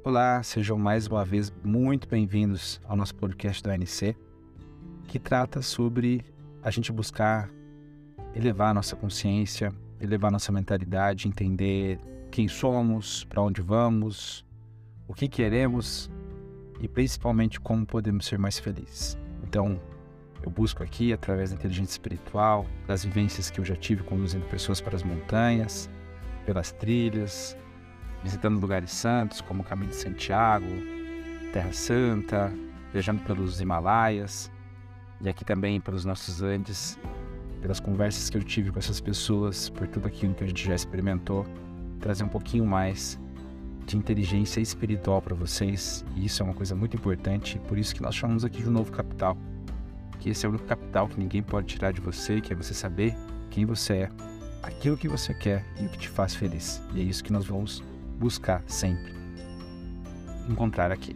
Olá, sejam mais uma vez muito bem-vindos ao nosso podcast do ANC, que trata sobre a gente buscar elevar a nossa consciência, elevar a nossa mentalidade, entender quem somos, para onde vamos, o que queremos e principalmente como podemos ser mais felizes. Então, eu busco aqui, através da inteligência espiritual, das vivências que eu já tive conduzindo pessoas para as montanhas, pelas trilhas, visitando lugares santos como o Caminho de Santiago, Terra Santa, viajando pelos Himalaias e aqui também pelos nossos Andes, pelas conversas que eu tive com essas pessoas, por tudo aquilo que a gente já experimentou, trazer um pouquinho mais de inteligência espiritual para vocês, e isso é uma coisa muito importante, por isso que nós chamamos aqui de um novo capital, que esse é o único capital que ninguém pode tirar de você, que é você saber quem você é, aquilo que você quer e o que te faz feliz, e é isso que nós vamos buscar sempre encontrar aqui.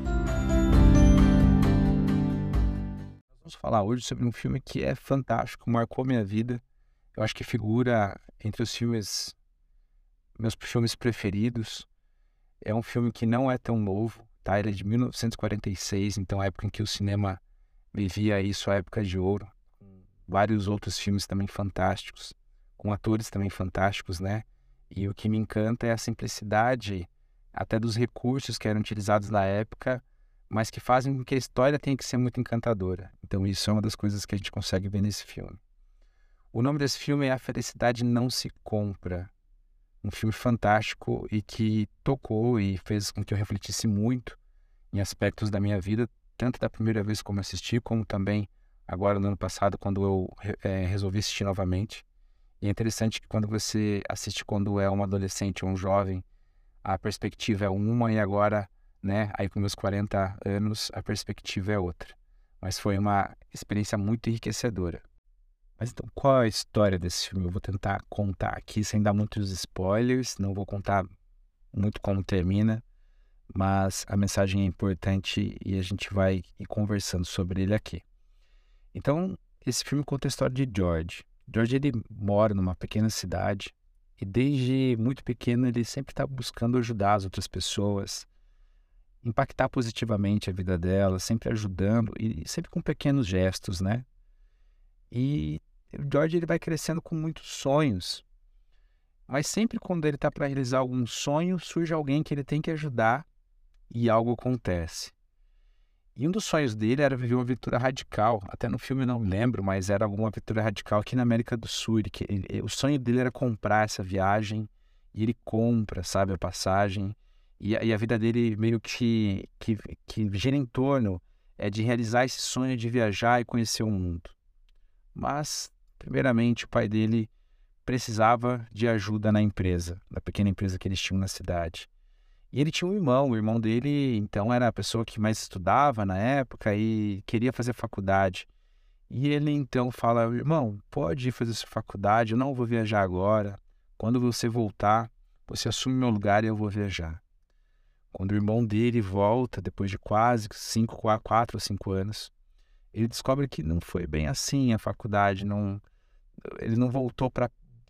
Nós vamos falar hoje sobre um filme que é fantástico, marcou minha vida. Eu acho que figura entre os meus filmes preferidos. É um filme que não é tão novo, tá? Ele é de 1946, então a época em que o cinema vivia aí sua época de ouro, com vários outros filmes também fantásticos, com atores também fantásticos, né? E o que me encanta é a simplicidade até dos recursos que eram utilizados na época, mas que fazem com que a história tenha que ser muito encantadora. Então isso é uma das coisas que a gente consegue ver nesse filme. O nome desse filme é A Felicidade Não Se Compra. Um filme fantástico e que tocou e fez com que eu refletisse muito em aspectos da minha vida, tanto da primeira vez como assisti, como também agora no ano passado, quando eu resolvi assistir novamente. E é interessante que quando você assiste quando é um adolescente ou um jovem, a perspectiva é uma e agora, né, aí com meus 40 anos, a perspectiva é outra. Mas foi uma experiência muito enriquecedora. Mas então, qual é a história desse filme? Eu vou tentar contar aqui sem dar muitos spoilers, não vou contar muito como termina, mas a mensagem é importante e a gente vai ir conversando sobre ele aqui. Então, esse filme conta a história de George. George, ele mora numa pequena cidade e desde muito pequeno ele sempre está buscando ajudar as outras pessoas, impactar positivamente a vida delas, sempre ajudando e sempre com pequenos gestos, né? E o George, ele vai crescendo com muitos sonhos, mas sempre quando ele está para realizar algum sonho, surge alguém que ele tem que ajudar e algo acontece. E um dos sonhos dele era viver uma aventura radical. Até no filme eu não lembro, mas era alguma aventura radical aqui na América do Sul. O sonho dele era comprar essa viagem, e ele compra, sabe, a passagem. E a vida dele meio que gira em torno de realizar esse sonho de viajar e conhecer o mundo. Mas, primeiramente, o pai dele precisava de ajuda na empresa, na pequena empresa que eles tinham na cidade. E ele tinha um irmão, o irmão dele, então, era a pessoa que mais estudava na época e queria fazer faculdade. E ele, então, fala, irmão, pode ir fazer sua faculdade, eu não vou viajar agora. Quando você voltar, você assume meu lugar e eu vou viajar. Quando o irmão dele volta, depois de quase 4 ou 5 anos, ele descobre que não foi bem assim a faculdade, ele não voltou para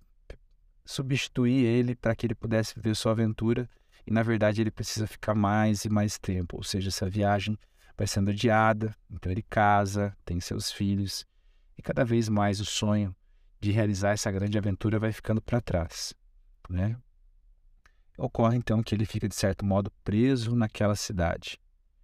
substituir ele para que ele pudesse viver sua aventura. E, na verdade, ele precisa ficar mais e mais tempo. Ou seja, essa viagem vai sendo adiada. Então, ele casa, tem seus filhos. E cada vez mais o sonho de realizar essa grande aventura vai ficando para trás, né? Ocorre, então, que ele fica, de certo modo, preso naquela cidade.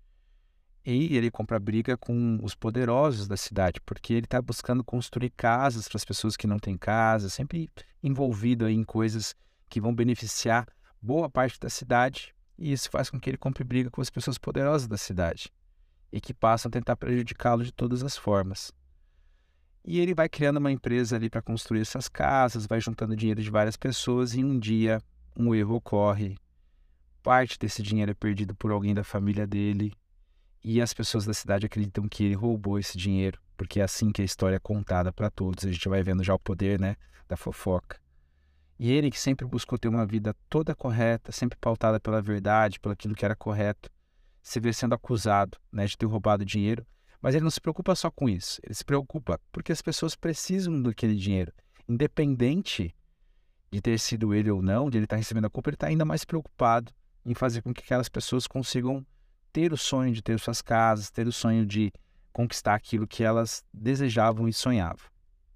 E ele compra briga com os poderosos da cidade, porque ele está buscando construir casas para as pessoas que não têm casa, sempre envolvido aí em coisas que vão beneficiar boa parte da cidade, e isso faz com que ele compre briga com as pessoas poderosas da cidade e que passam a tentar prejudicá-lo de todas as formas. E ele vai criando uma empresa ali para construir essas casas, vai juntando dinheiro de várias pessoas e um dia um erro ocorre, parte desse dinheiro é perdido por alguém da família dele e as pessoas da cidade acreditam que ele roubou esse dinheiro, porque é assim que a história é contada para todos, a gente vai vendo já o poder, né, da fofoca. E ele, que sempre buscou ter uma vida toda correta, sempre pautada pela verdade, pelo aquilo que era correto, se vê sendo acusado, né, de ter roubado dinheiro. Mas ele não se preocupa só com isso. Ele se preocupa porque as pessoas precisam daquele dinheiro. Independente de ter sido ele ou não, de ele estar recebendo a culpa, ele está ainda mais preocupado em fazer com que aquelas pessoas consigam ter o sonho de ter suas casas, ter o sonho de conquistar aquilo que elas desejavam e sonhavam.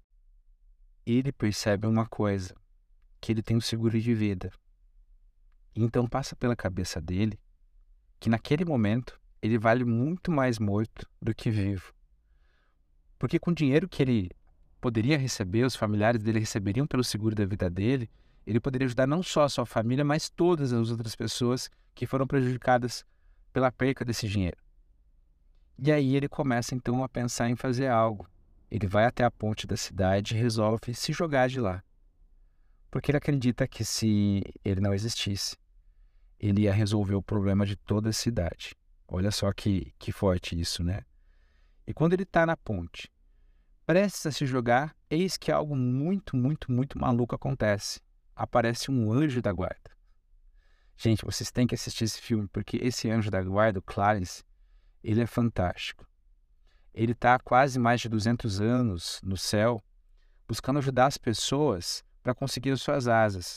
Ele percebe uma coisa, que ele tem um seguro de vida. Então passa pela cabeça dele que naquele momento ele vale muito mais morto do que vivo. Porque com o dinheiro que ele poderia receber, os familiares dele receberiam pelo seguro da vida dele, ele poderia ajudar não só a sua família, mas todas as outras pessoas que foram prejudicadas pela perca desse dinheiro. E aí ele começa então a pensar em fazer algo. Ele vai até a ponte da cidade e resolve se jogar de lá. Porque ele acredita que se ele não existisse, ele ia resolver o problema de toda a cidade. Olha só que forte isso, né? E quando ele está na ponte, prestes a se jogar, eis que algo muito, muito, muito maluco acontece. Aparece um anjo da guarda. Gente, vocês têm que assistir esse filme, porque esse anjo da guarda, o Clarence, ele é fantástico. Ele está há quase mais de 200 anos no céu, buscando ajudar as pessoas para conseguir as suas asas.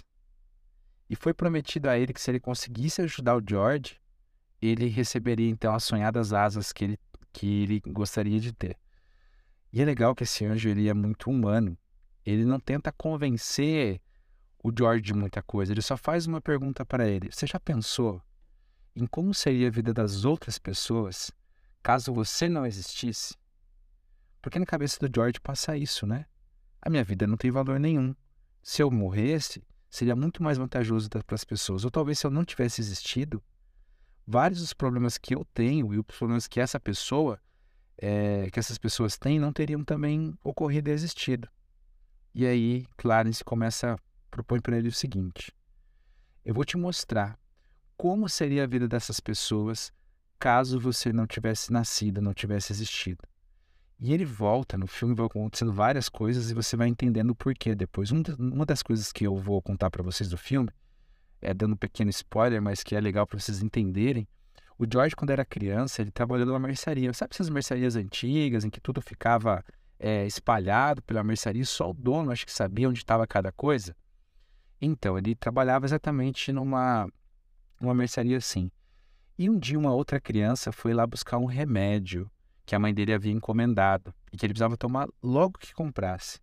E foi prometido a ele que se ele conseguisse ajudar o George, ele receberia então as sonhadas asas que ele gostaria de ter. E é legal que esse anjo ele é muito humano. Ele não tenta convencer o George de muita coisa, ele só faz uma pergunta para ele. Você já pensou em como seria a vida das outras pessoas caso você não existisse? Porque na cabeça do George passa isso, né? A minha vida não tem valor nenhum. Se eu morresse, seria muito mais vantajoso para as pessoas. Ou talvez se eu não tivesse existido, vários dos problemas que eu tenho e os problemas que essa pessoa, que essas pessoas têm, não teriam também ocorrido e existido. E aí, Clarence propõe para ele o seguinte: eu vou te mostrar como seria a vida dessas pessoas caso você não tivesse nascido, não tivesse existido. E ele volta, no filme vai acontecendo várias coisas e você vai entendendo o porquê depois. Uma das coisas que eu vou contar para vocês do filme, dando um pequeno spoiler, mas que é legal para vocês entenderem, o George, quando era criança, ele trabalhou numa mercearia. Sabe essas mercearias antigas em que tudo ficava espalhado pela mercearia e só o dono acho que sabia onde estava cada coisa? Então, ele trabalhava exatamente numa mercearia assim. E um dia uma outra criança foi lá buscar um remédio que a mãe dele havia encomendado e que ele precisava tomar logo que comprasse.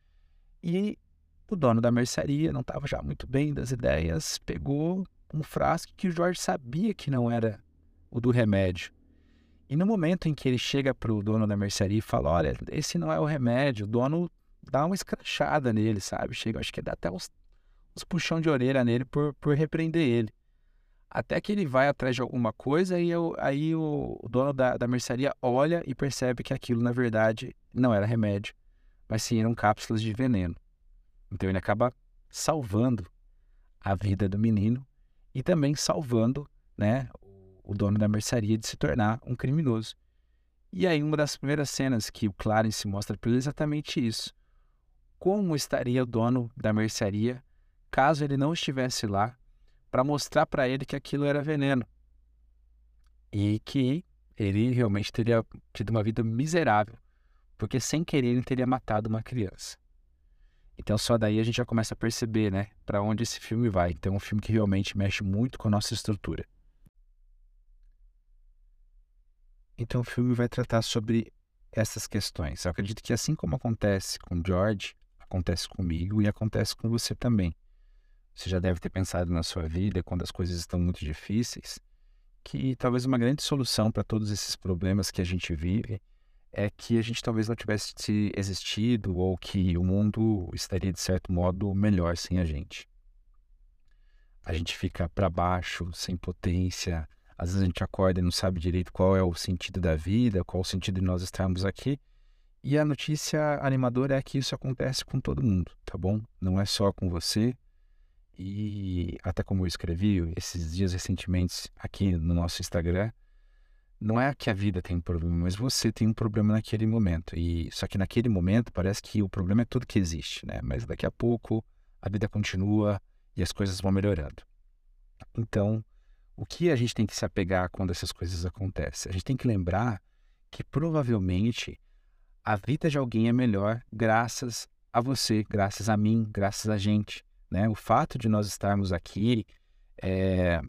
E o dono da mercearia não estava já muito bem das ideias, pegou um frasco que o George sabia que não era o do remédio. E no momento em que ele chega para o dono da mercearia e fala, olha, esse não é o remédio, o dono dá uma escrachada nele, sabe? Chega, acho que dá até uns puxão de orelha nele por repreender ele. Até que ele vai atrás de alguma coisa e aí o dono da mercearia olha e percebe que aquilo, na verdade, não era remédio, mas sim eram cápsulas de veneno. Então ele acaba salvando a vida do menino e também salvando, né, o dono da mercearia de se tornar um criminoso. E aí uma das primeiras cenas que o Clarence mostra para ele é exatamente isso. Como estaria o dono da mercearia caso ele não estivesse lá para mostrar para ele que aquilo era veneno e que ele realmente teria tido uma vida miserável, porque sem querer ele teria matado uma criança. Então só daí a gente já começa a perceber, né, para onde esse filme vai. Então é um filme que realmente mexe muito com a nossa estrutura. Então o filme vai tratar sobre essas questões. Eu acredito que assim como acontece com George, acontece comigo e acontece com você também. Você já deve ter pensado na sua vida, quando as coisas estão muito difíceis, que talvez uma grande solução para todos esses problemas que a gente vive é que a gente talvez não tivesse existido ou que o mundo estaria, de certo modo, melhor sem a gente. A gente fica para baixo, sem potência, às vezes a gente acorda e não sabe direito qual é o sentido da vida, qual o sentido de nós estarmos aqui. E a notícia animadora é que isso acontece com todo mundo, tá bom? Não é só com você. E até como eu escrevi esses dias recentemente aqui no nosso Instagram, não é que a vida tem um problema, mas você tem um problema naquele momento. E só que naquele momento parece que o problema é tudo que existe, né? Mas daqui a pouco a vida continua e as coisas vão melhorando. Então, o que a gente tem que se apegar quando essas coisas acontecem? A gente tem que lembrar que provavelmente a vida de alguém é melhor graças a você, graças a mim, graças a gente. Né? O fato de nós estarmos aqui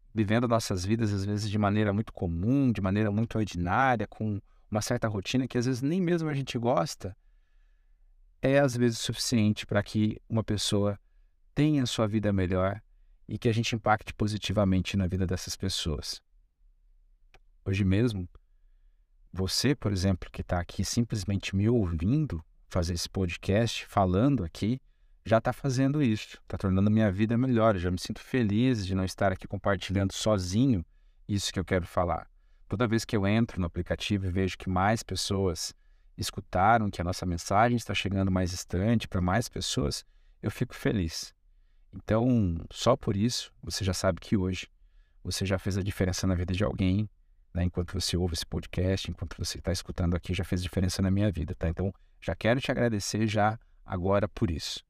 vivendo nossas vidas, às vezes, de maneira muito comum, de maneira muito ordinária, com uma certa rotina que às vezes nem mesmo a gente gosta, é às vezes suficiente para que uma pessoa tenha sua vida melhor e que a gente impacte positivamente na vida dessas pessoas. Hoje mesmo, você, por exemplo, que está aqui simplesmente me ouvindo fazer esse podcast, falando aqui, já está fazendo isso, está tornando a minha vida melhor. Eu já me sinto feliz de não estar aqui compartilhando sozinho isso que eu quero falar. Toda vez que eu entro no aplicativo e vejo que mais pessoas escutaram, que a nossa mensagem está chegando mais distante para mais pessoas, eu fico feliz. Então, só por isso, você já sabe que hoje você já fez a diferença na vida de alguém, né? Enquanto você ouve esse podcast, enquanto você está escutando aqui, já fez diferença na minha vida, tá? Então, já quero te agradecer já agora por isso.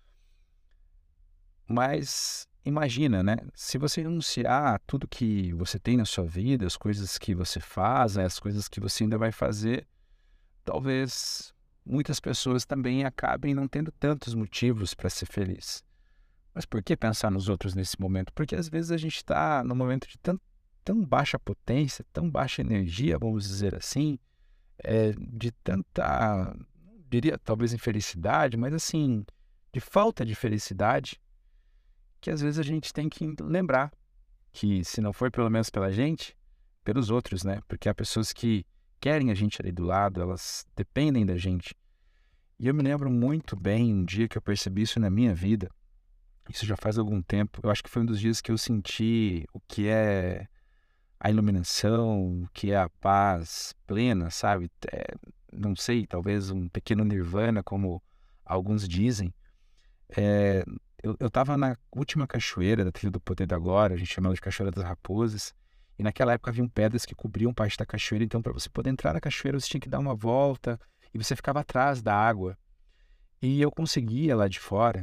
Mas imagina, né? Se você renunciar a tudo que você tem na sua vida, as coisas que você faz, as coisas que você ainda vai fazer, talvez muitas pessoas também acabem não tendo tantos motivos para ser feliz. Mas por que pensar nos outros nesse momento? Porque às vezes a gente está num momento de tão baixa potência, tão baixa energia, vamos dizer assim, de tanta, não diria talvez infelicidade, mas assim, de falta de felicidade, que às vezes a gente tem que lembrar que se não for pelo menos pela gente, pelos outros, né? Porque há pessoas que querem a gente ali do lado, elas dependem da gente. E eu me lembro muito bem um dia que eu percebi isso na minha vida. Isso já faz algum tempo. Eu acho que foi um dos dias que eu senti o que é a iluminação, o que é a paz plena, sabe? Não sei, talvez um pequeno nirvana, como alguns dizem. É, eu estava na última cachoeira da Trilha do Poder da Glória, a gente chama ela de Cachoeira das Raposas, e naquela época haviam pedras que cobriam parte da cachoeira, então para você poder entrar na cachoeira você tinha que dar uma volta e você ficava atrás da água. E eu conseguia lá de fora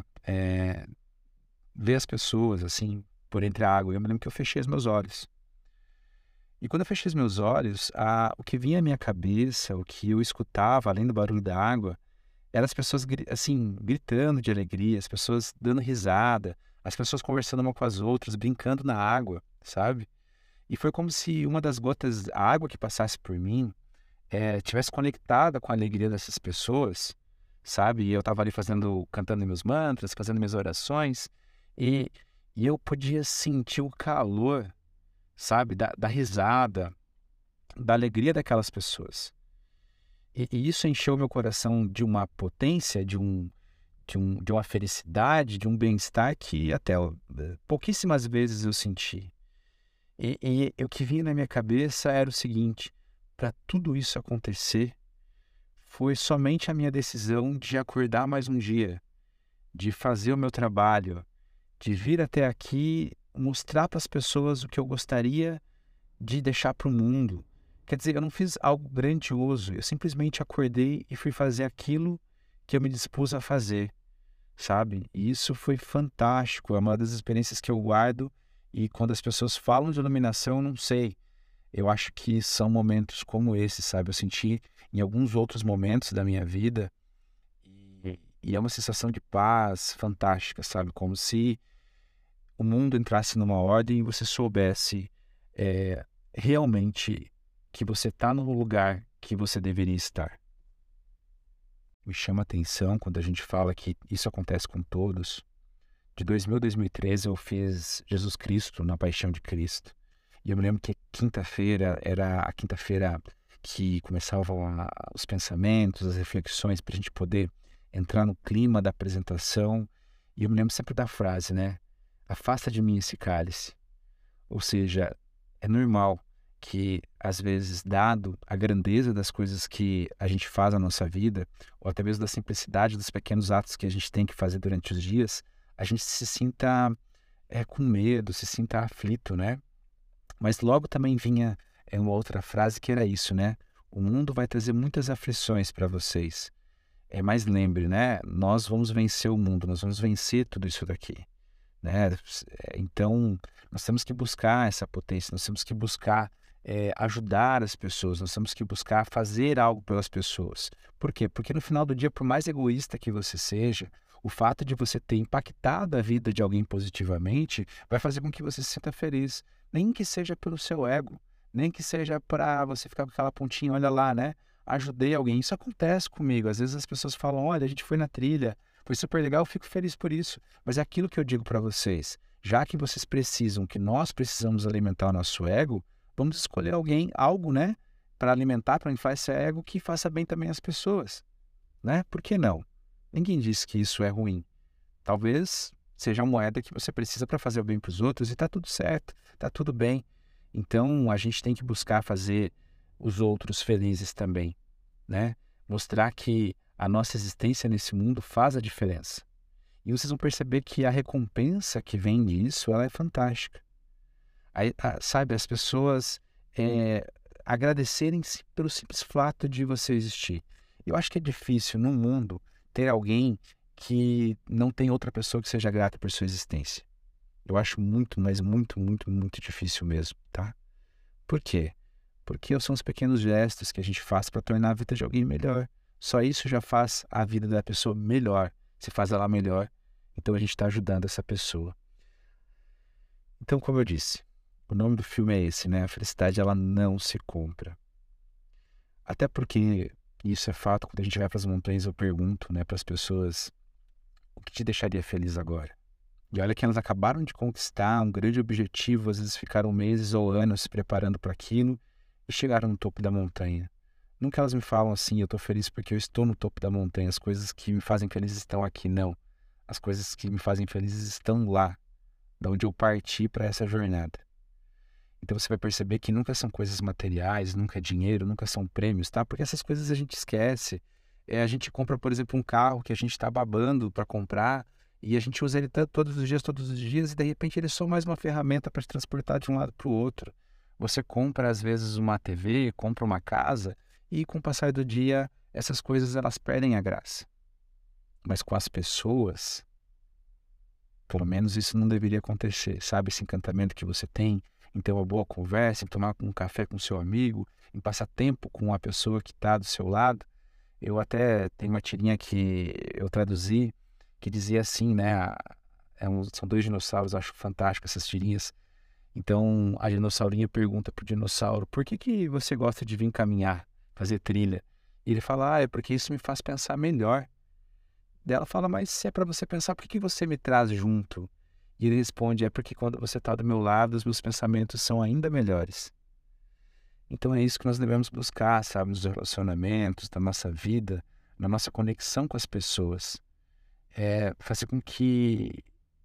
ver as pessoas assim por entre a água. Eu me lembro que eu fechei os meus olhos. E quando eu fechei os meus olhos, o que vinha à minha cabeça, o que eu escutava, além do barulho da água, eram as pessoas assim, gritando de alegria, as pessoas dando risada, as pessoas conversando uma com as outras, brincando na água, sabe? E foi como se uma das gotas, a água que passasse por mim, tivesse conectada com a alegria dessas pessoas, sabe? E eu estava ali cantando meus mantras, fazendo minhas orações, e, e eu podia sentir o calor, sabe? Da risada, da alegria daquelas pessoas. E isso encheu meu coração de uma potência, de uma felicidade, de um bem-estar que até pouquíssimas vezes eu senti. E o que vinha na minha cabeça era o seguinte: para tudo isso acontecer, foi somente a minha decisão de acordar mais um dia, de fazer o meu trabalho, de vir até aqui mostrar para as pessoas o que eu gostaria de deixar para o mundo. Quer dizer, eu não fiz algo grandioso, eu simplesmente acordei e fui fazer aquilo que eu me dispus a fazer, sabe? E isso foi fantástico, é uma das experiências que eu guardo. E quando as pessoas falam de iluminação, eu não sei. Eu acho que são momentos como esse, sabe? Eu senti em alguns outros momentos da minha vida e é uma sensação de paz fantástica, sabe? Como se o mundo entrasse numa ordem e você soubesse realmente que você está no lugar que você deveria estar. Me chama a atenção quando a gente fala que isso acontece com todos. De 2000 a 2013 eu fiz Jesus Cristo na Paixão de Cristo. E eu me lembro que quinta-feira era a quinta-feira que começavam os pensamentos, as reflexões, para a gente poder entrar no clima da apresentação. E eu me lembro sempre da frase, né? Afasta de mim esse cálice. Ou seja, é normal que, às vezes, dado a grandeza das coisas que a gente faz na nossa vida, ou até mesmo da simplicidade dos pequenos atos que a gente tem que fazer durante os dias, a gente se sinta com medo, se sinta aflito, né? Mas logo também vinha uma outra frase que era isso, né? O mundo vai trazer muitas aflições para vocês. Mas lembre, né? Nós vamos vencer o mundo, nós vamos vencer tudo isso daqui, né? Então, nós temos que buscar essa potência, nós temos que buscar ajudar as pessoas, nós temos que buscar fazer algo pelas pessoas. Por quê? Porque no final do dia, por mais egoísta que você seja, o fato de você ter impactado a vida de alguém positivamente vai fazer com que você se sinta feliz. Nem que seja pelo seu ego, nem que seja para você ficar com aquela pontinha, olha lá, né? Ajudei alguém. Isso acontece comigo. Às vezes as pessoas falam, olha, a gente foi na trilha, foi super legal, eu fico feliz por isso. Mas é aquilo que eu digo para vocês. Já que vocês precisam, que nós precisamos alimentar o nosso ego, vamos escolher alguém, algo, né? Para alimentar, para inflar esse ego que faça bem também às pessoas, né? Por que não? Ninguém disse que isso é ruim. Talvez seja a moeda que você precisa para fazer o bem para os outros e está tudo certo, está tudo bem. Então, a gente tem que buscar fazer os outros felizes também, né? Mostrar que a nossa existência nesse mundo faz a diferença. E vocês vão perceber que a recompensa que vem disso, ela é fantástica. Aí, sabe, as pessoas agradecerem-se pelo simples fato de você existir. Eu acho que é difícil no mundo ter alguém que não tem outra pessoa que seja grata por sua existência. Eu acho muito, mas muito, muito, muito difícil mesmo, tá? Por quê? Porque são os pequenos gestos que a gente faz para tornar a vida de alguém melhor. Só isso já faz a vida da pessoa melhor. Se faz ela melhor, então a gente está ajudando essa pessoa. Então, como eu disse, o nome do filme é esse, né? A felicidade, ela não se compra. Até porque isso é fato, quando a gente vai para as montanhas, eu pergunto, né, para as pessoas, o que te deixaria feliz agora? E olha que elas acabaram de conquistar um grande objetivo, às vezes ficaram meses ou anos se preparando para aquilo e chegaram no topo da montanha. Nunca elas me falam assim, eu estou feliz porque eu estou no topo da montanha, as coisas que me fazem feliz estão aqui, não. As coisas que me fazem felizes estão lá, da onde eu parti para essa jornada. Então você vai perceber que nunca são coisas materiais, nunca é dinheiro, nunca são prêmios, tá? Porque essas coisas a gente esquece. A gente compra, por exemplo, um carro que a gente está babando para comprar e a gente usa ele todos os dias e de repente ele é só mais uma ferramenta para te transportar de um lado para o outro. Você compra às vezes uma TV, compra uma casa e com o passar do dia essas coisas elas perdem a graça. Mas com as pessoas, pelo menos isso não deveria acontecer, sabe? Esse encantamento que você tem em ter uma boa conversa, em tomar um café com seu amigo, em passar tempo com a pessoa que está do seu lado. Eu até tenho uma tirinha que eu traduzi, que dizia assim, né? São dois dinossauros, acho fantástico essas tirinhas. Então, a dinossaurinha pergunta pro dinossauro, por que você gosta de vir caminhar, fazer trilha? E ele fala, é porque isso me faz pensar melhor. Daí ela fala, mas se é para você pensar, por que você me traz junto? E ele responde, é porque quando você está do meu lado, os meus pensamentos são ainda melhores. Então é isso que nós devemos buscar, sabe, nos relacionamentos, na nossa vida, na nossa conexão com as pessoas. Fazer com que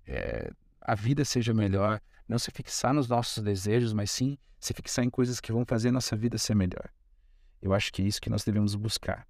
a vida seja melhor, não se fixar nos nossos desejos, mas sim se fixar em coisas que vão fazer a nossa vida ser melhor. Eu acho que é isso que nós devemos buscar.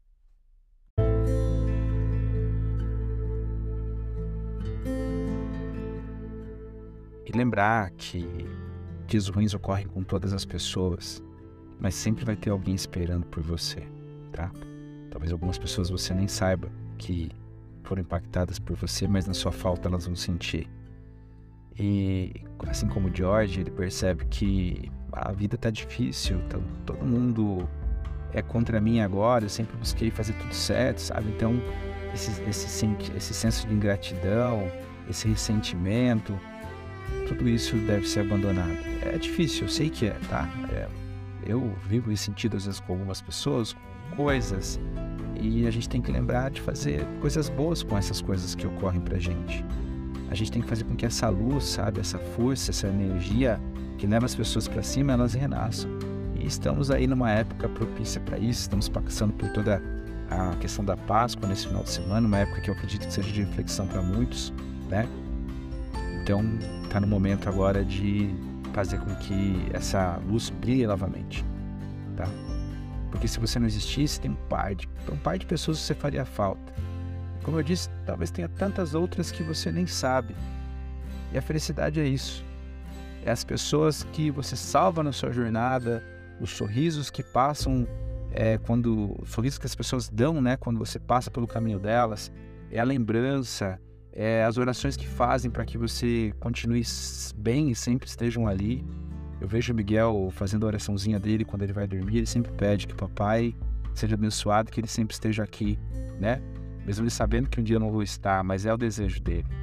E lembrar que dias ruins ocorrem com todas as pessoas, mas sempre vai ter alguém esperando por você, tá? Talvez algumas pessoas você nem saiba que foram impactadas por você, mas na sua falta elas vão sentir. E assim como o George, ele percebe que a vida tá difícil, todo mundo é contra mim agora, eu sempre busquei fazer tudo certo, sabe? Então, esse senso de ingratidão, esse ressentimento, tudo isso deve ser abandonado. É difícil, eu sei que é, tá? Eu vivo ressentido às vezes com algumas pessoas, com coisas, e a gente tem que lembrar de fazer coisas boas com essas coisas que ocorrem pra gente. A gente tem que fazer com que essa luz, sabe, essa força, essa energia que leva as pessoas para cima, elas renasçam. E estamos aí numa época propícia para isso, estamos passando por toda a questão da Páscoa nesse final de semana, uma época que eu acredito que seja de reflexão para muitos, né? Então, está no momento agora de fazer com que essa luz brilhe novamente, tá? Porque se você não existisse, tem um par de pessoas que você faria falta. Como eu disse, talvez tenha tantas outras que você nem sabe. E a felicidade é isso. É as pessoas que você salva na sua jornada, os sorrisos que passam, os sorrisos que as pessoas dão, né, quando você passa pelo caminho delas, é a lembrança, as orações que fazem para que você continue bem e sempre estejam ali. Eu vejo o Miguel fazendo a oraçãozinha dele quando ele vai dormir, ele sempre pede que o papai seja abençoado, que ele sempre esteja aqui, né? Mesmo ele sabendo que um dia eu não vou estar, mas é o desejo dele.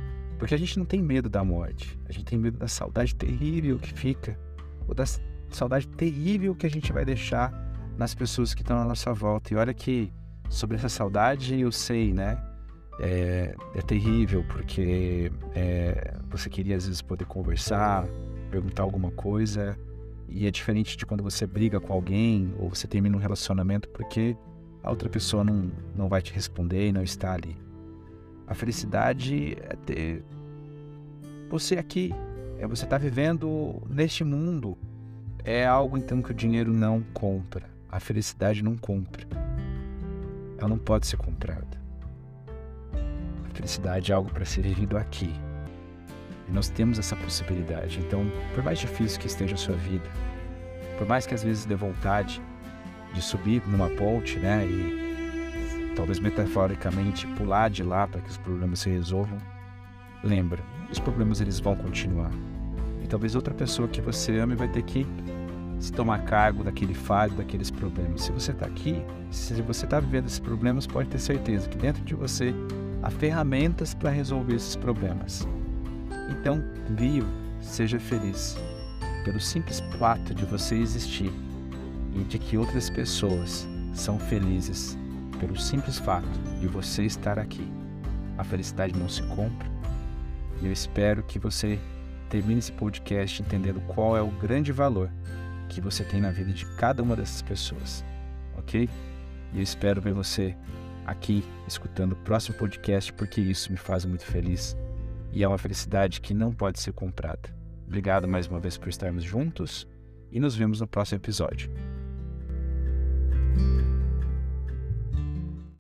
Porque a gente não tem medo da morte, a gente tem medo da saudade terrível que fica, ou da saudade terrível que a gente vai deixar nas pessoas que estão à nossa volta. E olha que sobre essa saudade eu sei, né? É terrível, porque você queria às vezes poder conversar, perguntar alguma coisa, e é diferente de quando você briga com alguém ou você termina um relacionamento porque a outra pessoa não vai te responder e não está ali. A felicidade é ter você aqui, é você estar vivendo neste mundo. É algo então que o dinheiro não compra, a felicidade não compra, ela não pode ser comprada. A felicidade é algo para ser vivido aqui. E nós temos essa possibilidade. Então, por mais difícil que esteja a sua vida, por mais que às vezes dê vontade de subir numa ponte, né, e talvez metaforicamente pular de lá para que os problemas se resolvam, lembra, os problemas eles vão continuar. E talvez outra pessoa que você ame vai ter que se tomar cargo daquele fardo, daqueles problemas. Se você está aqui, se você está vivendo esses problemas, pode ter certeza que dentro de você há ferramentas para resolver esses problemas. Então, viva, seja feliz, pelo simples fato de você existir e de que outras pessoas são felizes pelo simples fato de você estar aqui. A felicidade não se compra, e eu espero que você termine esse podcast entendendo qual é o grande valor que você tem na vida de cada uma dessas pessoas, ok? E eu espero ver você aqui escutando o próximo podcast, porque isso me faz muito feliz e é uma felicidade que não pode ser comprada. Obrigado mais uma vez por estarmos juntos e nos vemos no próximo episódio.